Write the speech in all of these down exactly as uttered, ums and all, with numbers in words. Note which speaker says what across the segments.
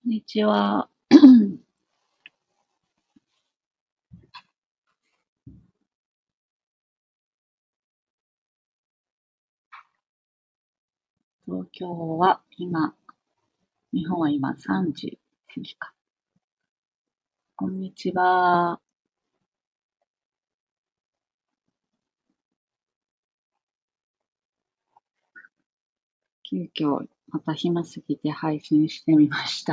Speaker 1: んにちは。東京は今、日本は今さんじ過ぎか。こんにちは。急遽、また暇すぎて配信してみました。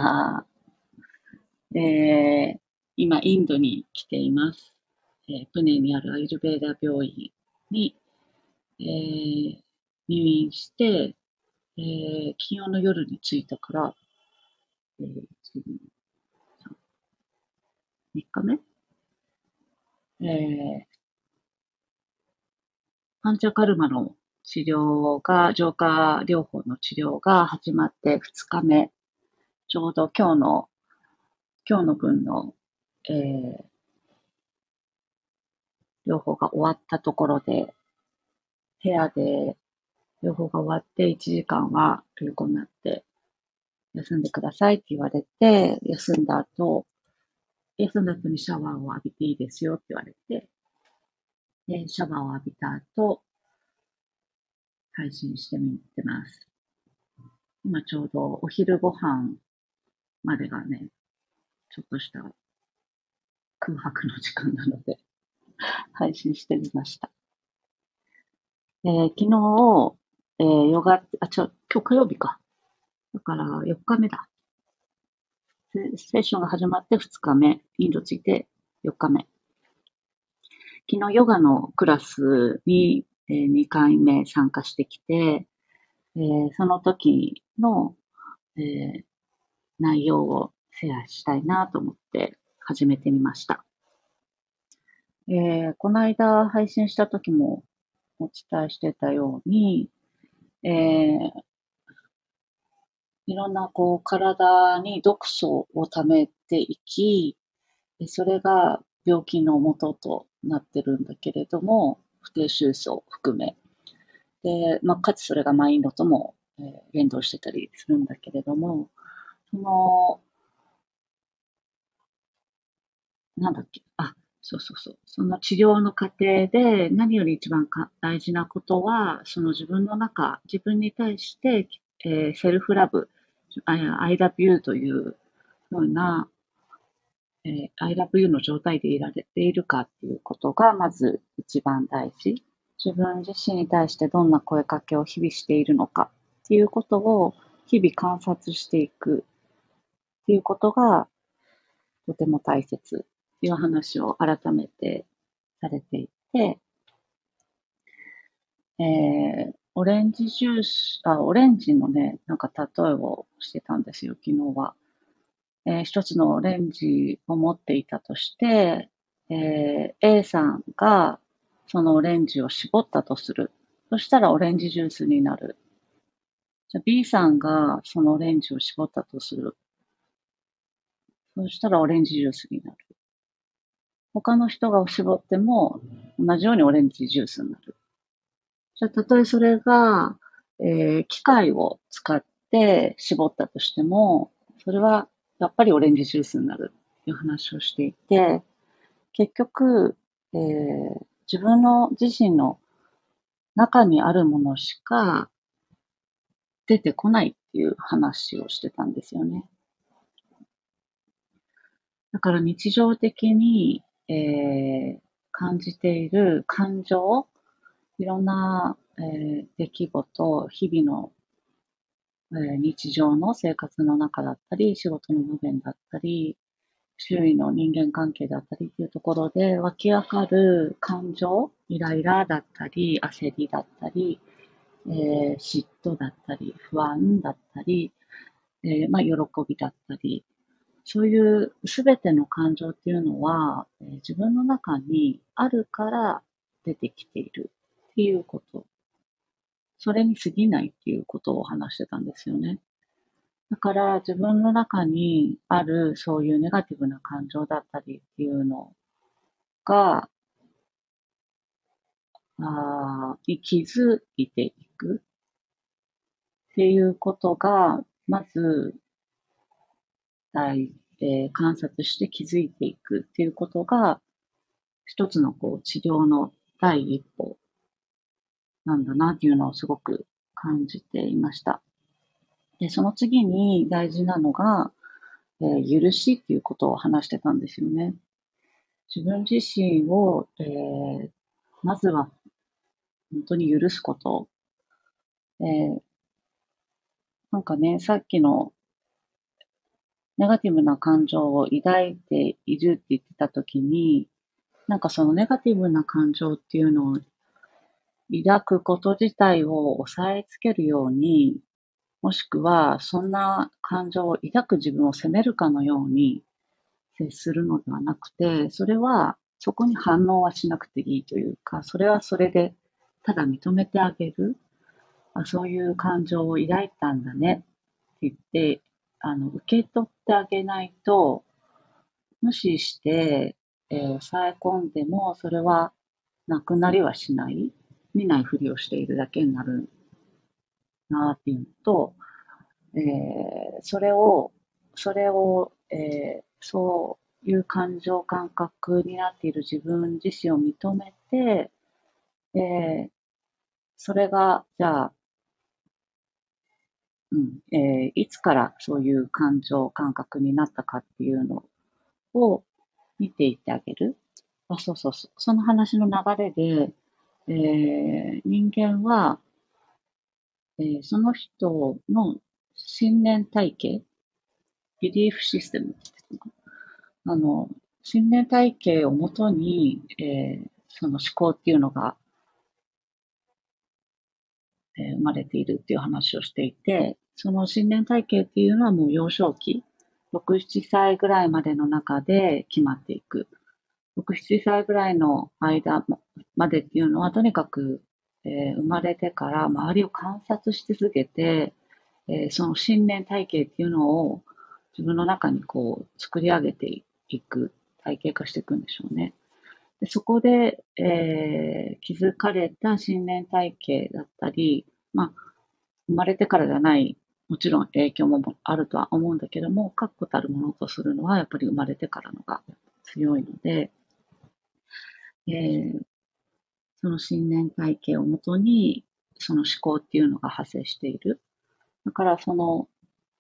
Speaker 1: えー、今、インドに来ています。えープネにあるアイルベーダ病院に、えー入院して、えー金曜の夜に着いたから、えー、みっかめ、えーパンチャカルマの治療が、浄化療法の治療が始まってふつかめ、ちょうど今日の、今日の分の、えー、療法が終わったところで、部屋で療法が終わっていちじかんは横になって休んでくださいって言われて、休んだ後、休んだ後にシャワーを浴びていいですよって言われて、でシャワーを浴びた後、配信してみてます。今ちょうどお昼ご飯までがね、ちょっとした空白の時間なので、配信してみました。えー昨日、えーヨガ、あ、ちょ、今日火曜日か。だからよっかめだ。セセッションが始まってふつかめ、インド着いてよっかめ。昨日ヨガのクラスに、えーにかいめ参加してきて、えーその時の、えー内容をシェアしたいなと思って始めてみました。えーこの間配信した時もお伝えしてたように、えーいろんなこう体に毒素を溜めていき、それが病気の元となってるんだけれども、不定収素を含め。で、まあ、かつそれがマインドとも、えー連動してたりするんだけれども、その、なんだっけ、あ、そうそうそう。その治療の過程で何より一番か大事なことは、その自分の中、自分に対して、えーセルフラブ、あ I love you というふうな、えー I love you の状態でいられているかっていうことが、まず一番大事。自分自身に対してどんな声かけを日々しているのかっていうことを日々観察していくっていうことがとても大切っていう話を改めてされていて、えー、オレンジジュース、あ、オレンジのね、なんか例えをしてたんですよ、昨日は。えー一つのオレンジを持っていたとして、えー A さんがそのオレンジを絞ったとする。そしたらオレンジジュースになる。じゃあ B さんがそのオレンジを絞ったとする。そしたらオレンジジュースになる。他の人が絞っても同じようにオレンジジュースになる。じゃあ、たとえそれが、えー機械を使って絞ったとしても、それはやっぱりオレンジジュースになるっていう話をしていて、結局、えー自分の自身の中にあるものしか出てこないっていう話をしてたんですよね。だから日常的に、えー感じている感情、いろんな、えー出来事、日々のえー日常の生活の中だったり、仕事の場面だったり、周囲の人間関係だったりっていうところで湧き上がる感情、イライラだったり、焦りだったり、えー嫉妬だったり、不安だったり、えーまあ、喜びだったり、そういうすべての感情っていうのは、えー自分の中にあるから出てきているっていうこと。それに過ぎないっていうことを話してたんですよね。だから自分の中にあるそういうネガティブな感情だったりっていうのが、あに気づいていくっていうことが、まず対、えー観察して気づいていくっていうことが、一つのこう治療の第一歩なんだなっていうのをすごく感じていました。で、その次に大事なのが、えー許しっていうことを話してたんですよね。自分自身を、えーまずは本当に許すこと。えーなんかね、さっきのネガティブな感情を抱いているって言ってた時に、なんかそのネガティブな感情っていうのを抱くこと自体を抑えつけるように、もしくはそんな感情を抱く自分を責めるかのように接するのではなくて、それはそこに反応はしなくていいというか、それはそれでただ認めてあげる。あ、そういう感情を抱いたんだねって言って、あの、受け取ってあげないと、無視して、えー抑え込んでも、それはなくなりはしない。見ないふりをしているだけになるなっていうのと、えーそれを、それを、えーそういう感情感覚になっている自分自身を認めて、えーそれが、じゃあ、うん、えーいつからそういう感情感覚になったかっていうのを見ていってあげる。あ、そうそうそう。その話の流れで、えー人間は、えーその人の信念体系、ビリーフシステムって言ってたのかな、あの、信念体系をもとに、えーその思考っていうのが、えー生まれているっていう話をしていて、その信念体系っていうのはもう幼少期、ろく、ななさいぐらいまでの中で決まっていく。ろく、ななさいぐらいの間までっていうのは、とにかく、えー生まれてから周りを観察し続けて、えーその信念体系っていうのを自分の中にこう作り上げていく、体系化していくんでしょうね。でそこで、えー築かれた信念体系だったり、まあ、生まれてからじゃない、もちろん影響もあるとは思うんだけども、確固たるものとするのはやっぱり生まれてからのが強いので、えーその信念体系をもとに、その思考っていうのが発生している。だからその、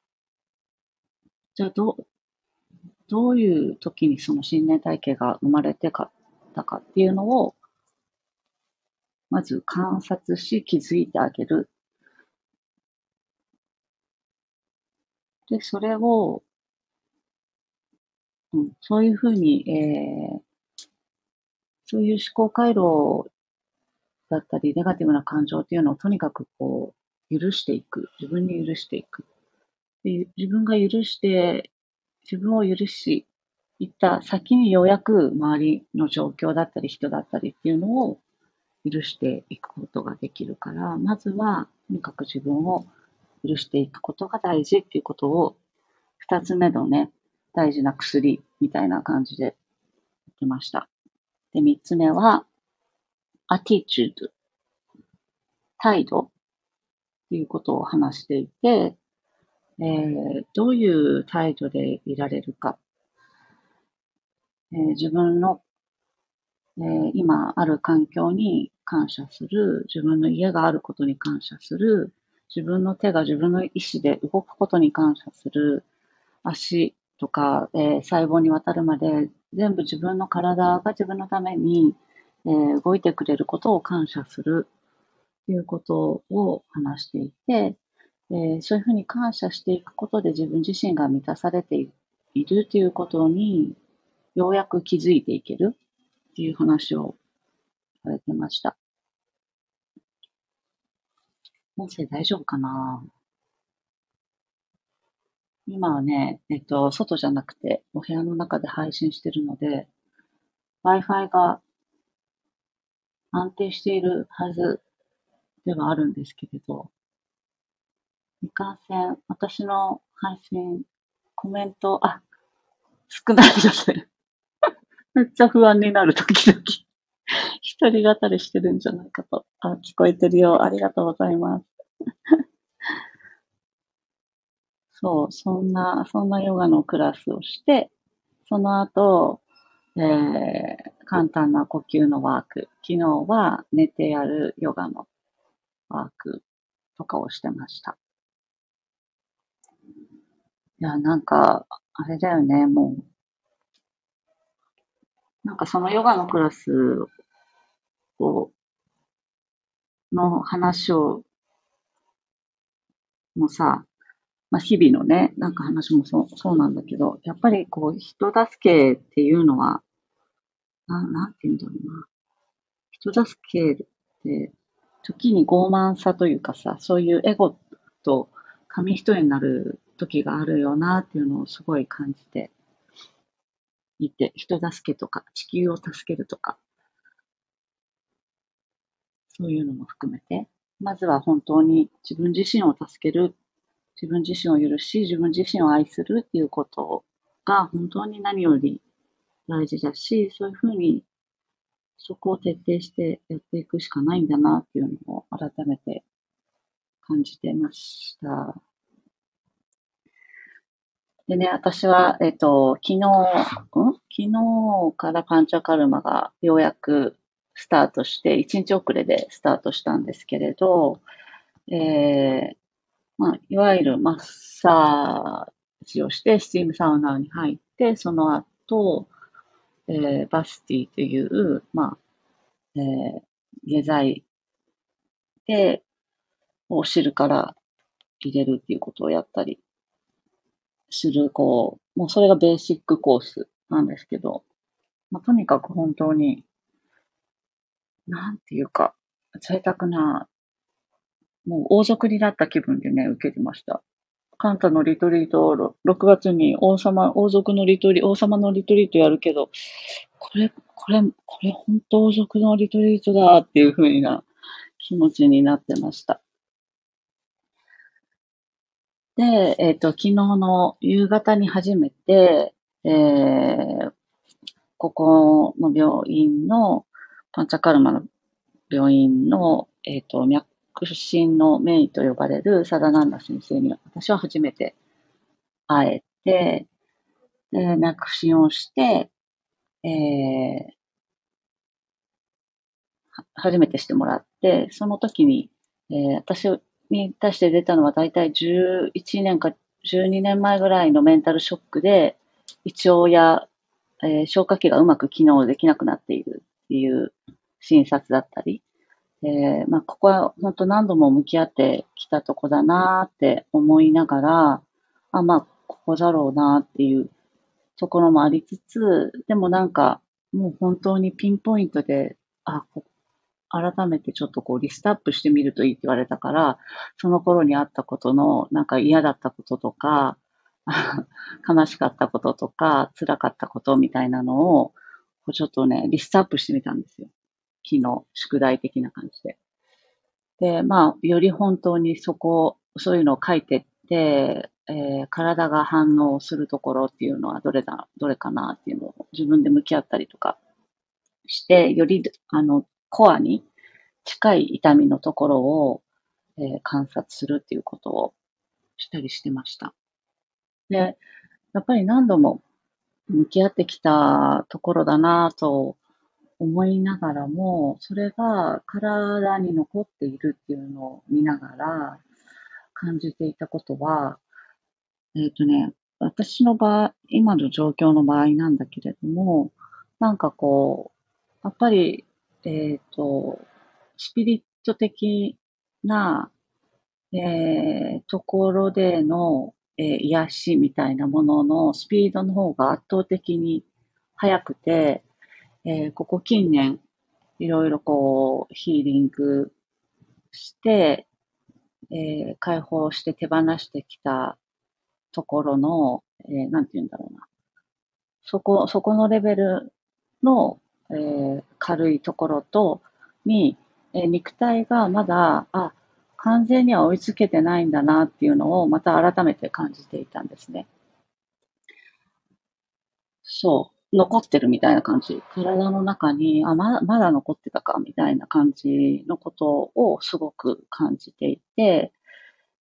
Speaker 1: じゃあどう、どういう時にその信念体系が生まれてかったかっていうのを、まず観察し気づいてあげる。で、それを、うん、そういうふうに、えー、そういう思考回路だったり、ネガティブな感情っていうのをとにかくこう、許していく。自分に許していく。で自分が許して、自分を許し、いった先にようやく周りの状況だったり人だったりっていうのを許していくことができるから、まずはとにかく自分を許していくことが大事っていうことを、二つ目のね、大事な薬みたいな感じで言ってました。で、三つ目は、attitude、態度っていうことを話していて、えーどういう態度でいられるか、えー自分の、えー今ある環境に感謝する、自分の家があることに感謝する、自分の手が自分の意思で動くことに感謝する、足とか、えー細胞に渡るまで全部自分の体が自分のために、えー動いてくれることを感謝するということを話していて、えーそういうふうに感謝していくことで自分自身が満たされているということにようやく気づいていけるっていう話をされてました。音声大丈夫かな？今はね、えっと、外じゃなくてお部屋の中で配信してるので、Wi-Fi が安定しているはずではあるんですけれど、いかんせん、私の配信、コメント、あ、少ないので、めっちゃ不安になるとき々。一人語りしてるんじゃないかと。あ、聞こえてるよ。ありがとうございます。 そう、そんな、そんなヨガのクラスをして、その後、えー、簡単な呼吸のワーク。昨日は寝てやるヨガのワークとかをしてました。いや、なんか、あれだよね、もう、なんかそのヨガのクラスを、の話を、もさ、まあ、日々のね、なんか話もそう、そうなんだけど、やっぱりこう、人助けっていうのは、な、なんて言うんだろうな。人助けって、時に傲慢さというかさ、そういうエゴと紙一重になる時があるよなっていうのをすごい感じていて、人助けとか、地球を助けるとか、そういうのも含めて、まずは本当に自分自身を助ける、自分自身を許し、自分自身を愛するっていうことが本当に何より大事だし、そういうふうにそこを徹底してやっていくしかないんだなっていうのを改めて感じてました。でね、私は、えっと、昨日、ん昨日からパンチャカルマがようやくスタートして、いちにち遅れでスタートしたんですけれど、えーまあ、いわゆるマッサージをして、スチームサウナに入って、その後、えーバスティという、まあ、えー下剤で、お汁から入れるっていうことをやったりする、こう、もうそれがベーシックコースなんですけど、まあ、とにかく本当に、なんていうか、贅沢な、もう王族になった気分でね、受けてました。カンタのリトリートをろろくがつに王様、王族のリトリ、王様のリトリートやるけど、これ、これ、これ本当王族のリトリートだっていう風な気持ちになってました。で、えっと、昨日の夕方に初めて、えー、ここの病院の、パンチャカルマの病院の、えっと、脈診のメイと呼ばれるサダナンダ先生に私は初めて会えて、で、脈診をして、えー、初めてしてもらって、その時に、えー、私に対して出たのは大体じゅういちねんかじゅうにねんまえぐらいのメンタルショックで、胃腸や、えー消化器がうまく機能できなくなっているっていう診察だったり、えーまあ、ここは本当何度も向き合ってきたとこだなーって思いながら、あ、まあ、ここだろうなっていうところもありつつ、でもなんか、もう本当にピンポイントで、あ、こ改めてちょっとこうリストアップしてみるといいって言われたから、その頃にあったことの、なんか嫌だったこととか、悲しかったこととか、辛かったことみたいなのを、こうちょっとね、リストアップしてみたんですよ。昨日、宿題的な感じで。で、まあ、より本当にそこ、そういうのを書いてって、えー体が反応するところっていうのはどれだ、どれかなっていうのを自分で向き合ったりとかして、より、あの、コアに近い痛みのところを、えー観察するっていうことをしたりしてました。で、やっぱり何度も向き合ってきたところだなぁと思いながらも、それが体に残っているっていうのを見ながら感じていたことは、えっとね、私の場合、今の状況の場合なんだけれども、なんかこう、やっぱり、えっと、スピリット的な、えーところでの、えー癒しみたいなもののスピードの方が圧倒的に速くて、えーここ近年、いろいろこう、ヒーリングして、えー解放して手放してきたところの、えーなんて言うんだろうな。そこ、そこのレベルの、えー軽いところと、に、えー肉体がまだ、あ、完全には追いつけてないんだなっていうのをまた改めて感じていたんですね。そう。残ってるみたいな感じ。体の中に、あ、まだ、まだ残ってたかみたいな感じのことをすごく感じていて、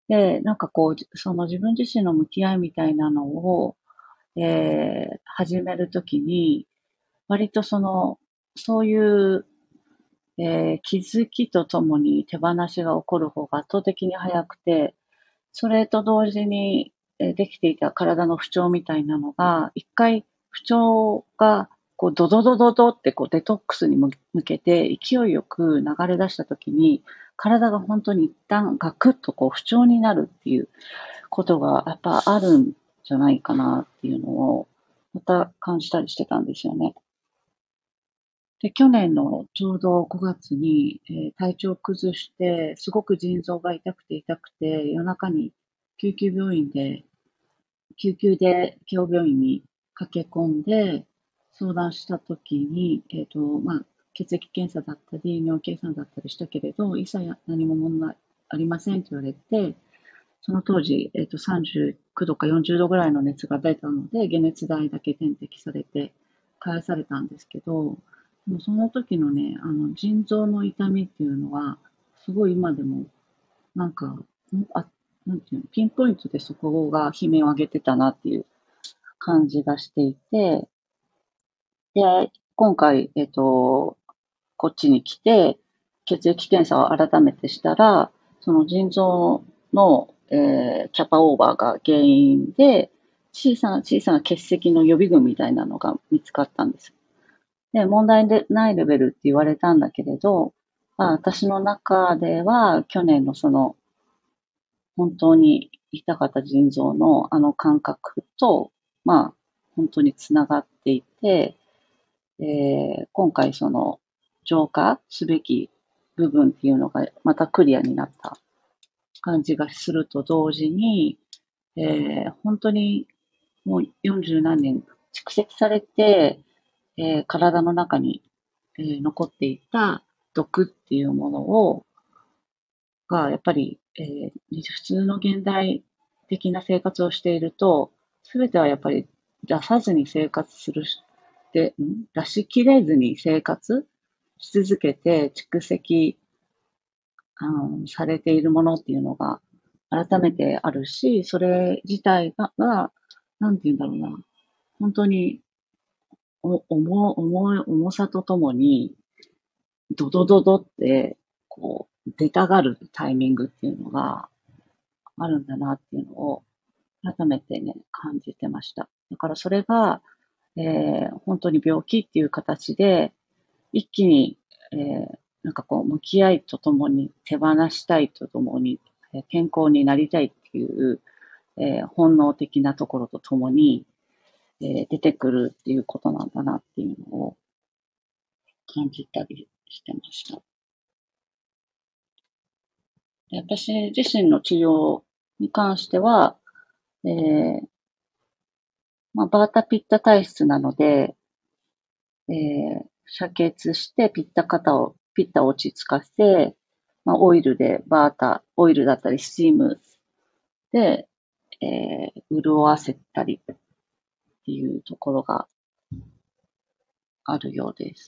Speaker 1: で、なんかこう、その自分自身の向き合いみたいなのを、えー始めるときに、割とその、そういう、えー気づきとともに手放しが起こる方が圧倒的に早くて、それと同時に、えーできていた体の不調みたいなのが、一回不調が、こう、ドドドドドってこうデトックスに向けて勢いよく流れ出したときに、体が本当に一旦ガクッとこう不調になるっていうことがやっぱあるんじゃないかなっていうのを、また感じたりしてたんですよね。で、去年のちょうどごがつに、えー体調を崩して、すごく腎臓が痛くて痛くて、夜中に救急病院で、救急で京病院に駆け込んで、相談したときに、えっ、と、まあ、血液検査だったり、尿検査だったりしたけれど、一切何も問題ありませんって言われて、その当時、えっ、と、さんじゅうきゅうどかよんじゅうどぐらいの熱が出たので、解熱剤だけ点滴されて、返されたんですけど、でもその時のね、あの、腎臓の痛みっていうのは、すごい今でも、なんか、あ、なんていうの、ピンポイントでそこが悲鳴を上げてたなっていう感じがしていて、で、今回、えっ、と、こっちに来て、血液検査を改めてしたら、その腎臓の、えーキャパオーバーが原因で、小さな小さな結石の予備軍みたいなのが見つかったんです。で、問題でないレベルって言われたんだけれど、まあ、私の中では去年のその本当に痛かった腎臓のあの感覚と、まあ、本当につながっていて、えー今回その浄化すべき部分っていうのがまたクリアになった感じがすると同時に、えー本当にもうよんじゅう何年蓄積されて、えー体の中に、えー残っていた毒っていうものを、がやっぱり、えー普通の現代的な生活をしていると、すべてはやっぱり出さずに生活するで、ん出し切れずに生活し続けて蓄積、あのされているものっていうのが改めてあるし、それ自体が、がなんて言うんだろうな、本当にお重重い重さとともに、ドドドドって、こう、出たがるタイミングっていうのがあるんだなっていうのを改めてね、感じてました。だからそれが、えー本当に病気っていう形で、一気に、えーなんかこう、向き合いとともに手放したいとともに、えー健康になりたいっていう、えー本能的なところとともに、えー出てくるっていうことなんだなっていうのを感じたりしてました。で私自身の治療に関しては、えーまあ、バータピッタ体質なので、えー遮血してピッタ肩を、ピッタを落ち着かせ、まあ、オイルでバータ、オイルだったりスチームで、えー潤わせたりっていうところがあるようです。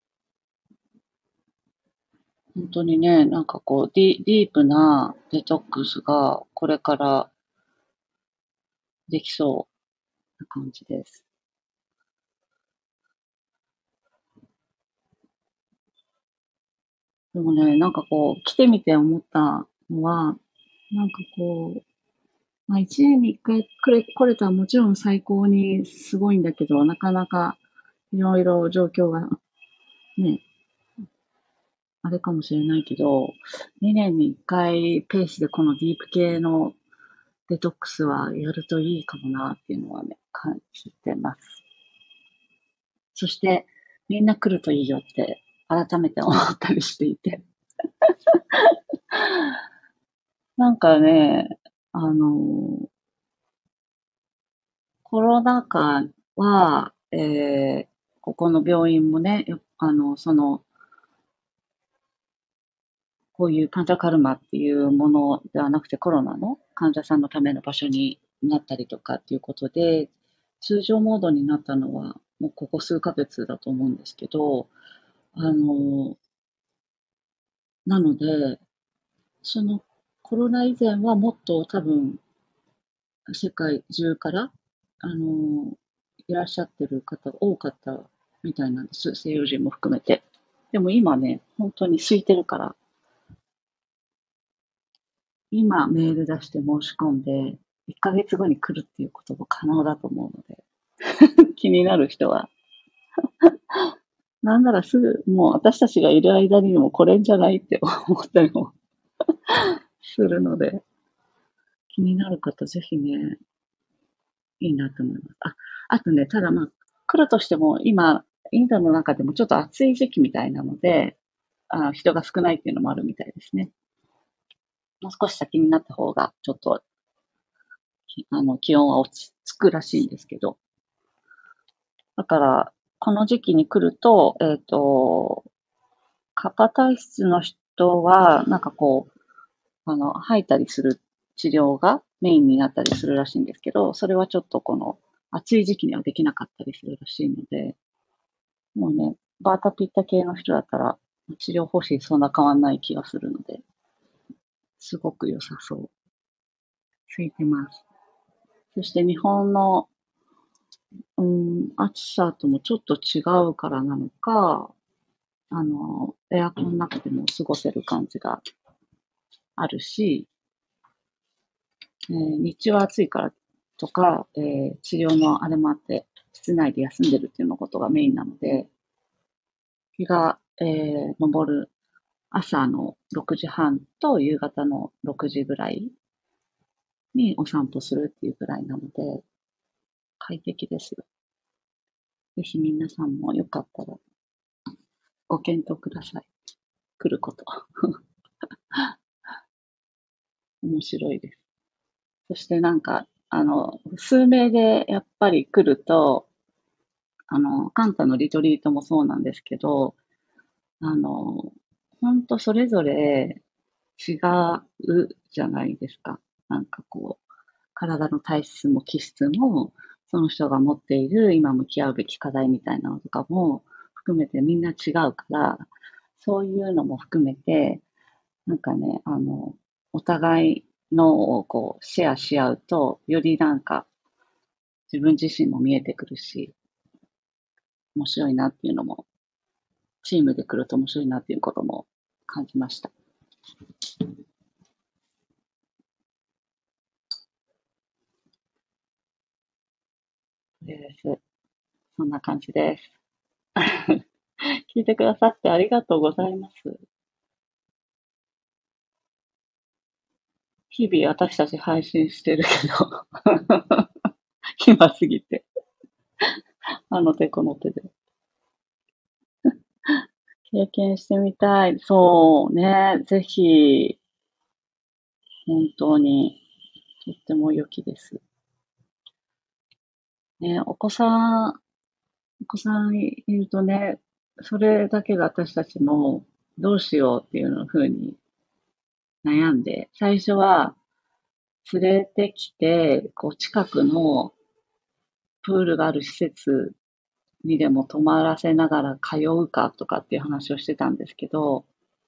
Speaker 1: 本当にね、なんかこう、ディディープなデトックスがこれからできそうな感じです。でもね、なんかこう、来てみて思ったのは、なんかこう、まあ一年に一回来れ、来れたらもちろん最高にすごいんだけど、なかなかいろいろ状況がね、あれかもしれないけど、にねんにいっかいペースでこのディープ系のデトックスはやるといいかもなっていうのはね、感じてます。そして、みんな来るといいよって改めて思ったりしていて。なんかね、あの、コロナ禍は、えーここの病院もね、よあの、その、こういうパンチャカルマっていうものではなくてコロナの患者さんのための場所になったりとかっていうことで、通常モードになったのはもうここ数ヶ月だと思うんですけど、あの、なので、そのコロナ以前はもっと多分、世界中から、あの、いらっしゃってる方が多かったみたいなんです。西洋人も含めて。でも今ね、本当に空いてるから、今メール出して申し込んで、いっかげつごに来るっていうことも可能だと思うので、気になる人は、なんならすぐ、もう私たちがいる間にも来れんじゃないって思ったりもするので、気になる方ぜひね、いいなと思います。あ、あとね、ただまあ、来るとしても今、インドの中でもちょっと暑い時期みたいなので、あ人が少ないっていうのもあるみたいですね。もう少し先になった方が、ちょっと、あの、気温は落ち着くらしいんですけど。だから、この時期に来ると、えっ、と、カパ体質の人は、なんかこう、あの、吐いたりする治療がメインになったりするらしいんですけど、それはちょっとこの、暑い時期にはできなかったりするらしいので、もうね、バータピッタ系の人だったら、治療方針そんな変わんない気がするので、すごく良さそう。ついてます。そして日本の、うん、暑さともちょっと違うからなのか、あの、エアコンなくても過ごせる感じがあるし、えー日中は暑いからとか、えー治療のあれもあって、室内で休んでるっていうのことがメインなので、日が、えー昇る朝のろくじはんと夕方のろくじぐらいにお散歩するっていうぐらいなので、快適ですよ。ぜひ皆さんもよかったらご検討ください。来ること。面白いです。そしてなんか、あの、数名でやっぱり来ると、あの、カンタのリトリートもそうなんですけど、あの、ほんとそれぞれ違うじゃないですか。なんかこう、体の体質も気質も、その人が持っている今向き合うべき課題みたいなのとかも含めてみんな違うから、そういうのも含めて、なんかね、あの、お互いのをこうシェアし合うと、よりなんか自分自身も見えてくるし、面白いなっていうのも、チームで来ると面白いなっていうことも感じました。です。そんな感じです。聞いてくださってありがとうございます。日々私たち配信してるけど、暇すぎて、あの手この手で。経験してみたい。そうね。ぜひ、本当に、とっても良きです。ね、お子さん、お子さんいるとね、それだけが私たちもどうしようっていうのふうに悩んで、最初は連れてきて、こう近くのプールがある施設にでも泊まらせながら通うかとかっていう話をしてたんですけど、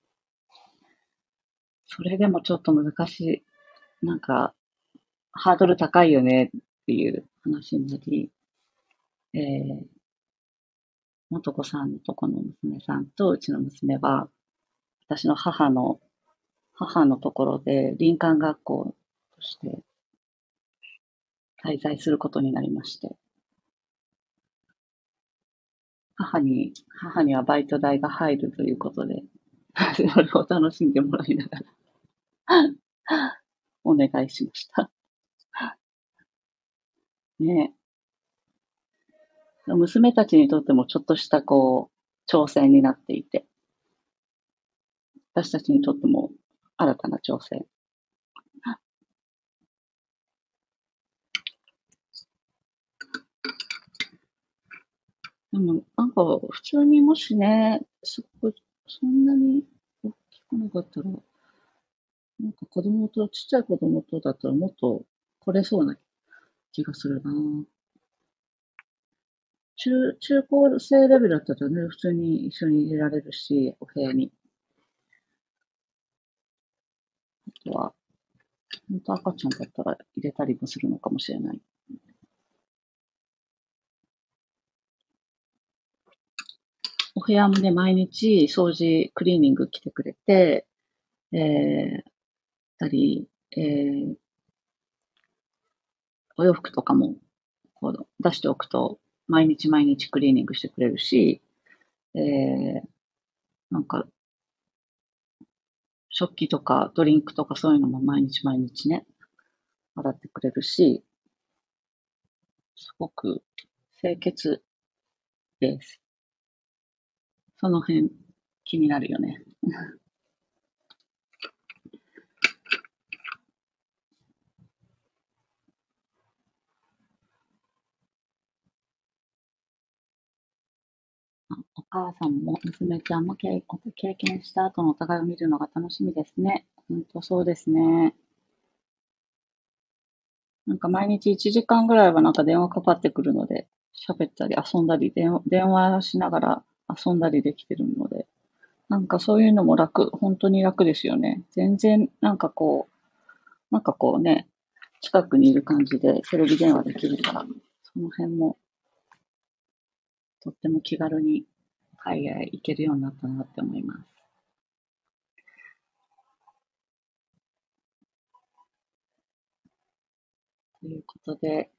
Speaker 1: それでもちょっと難しい。なんか、ハードル高いよねっていう話になり、えー、元子さんのとこの娘さんとうちの娘は、私の母の、母のところで林間学校として滞在することになりまして、母に、母にはバイト代が入るということで、それを楽しんでもらいながらお願いしました。ねえ。娘たちにとってもちょっとしたこう、挑戦になっていて、私たちにとっても新たな挑戦。でも、なんか、普通にもしね、そこ、そんなに大きくなかったら、なんか子供と、ちっちゃい子供とだったらもっと来れそうな気がするな。中、中高生レベルだったらね、普通に一緒に入れられるし、お部屋に。あとは、 本当赤ちゃんだったら入れたりもするのかもしれない。お部屋もね、毎日掃除、クリーニング来てくれて、えー、たり、えー、お洋服とかもこう出しておくと、毎日毎日クリーニングしてくれるし、えー、なんか、食器とかドリンクとかそういうのも毎日毎日ね、洗ってくれるし、すごく清潔です。その辺気になるよね。お母さんも娘ちゃんも経経験した後のお互いを見るのが楽しみですね。本当そうですね。なんか毎日いちじかんぐらいはなんか電話かかってくるので、喋ったり遊んだり、電話電話しながら遊んだりできてるので、なんかそういうのも楽、本当に楽ですよね。全然なんかこう、なんかこうね、近くにいる感じでテレビ電話できるから、その辺もとっても気軽に海外行けるようになったなって思います。ということで、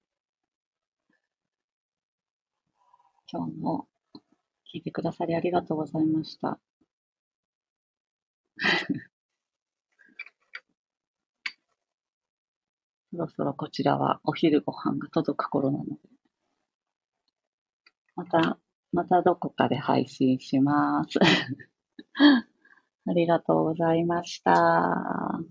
Speaker 1: 今日も聞いてくださりありがとうございました。そろそろこちらはお昼ご飯が届く頃なので、また、またどこかで配信します。ありがとうございました。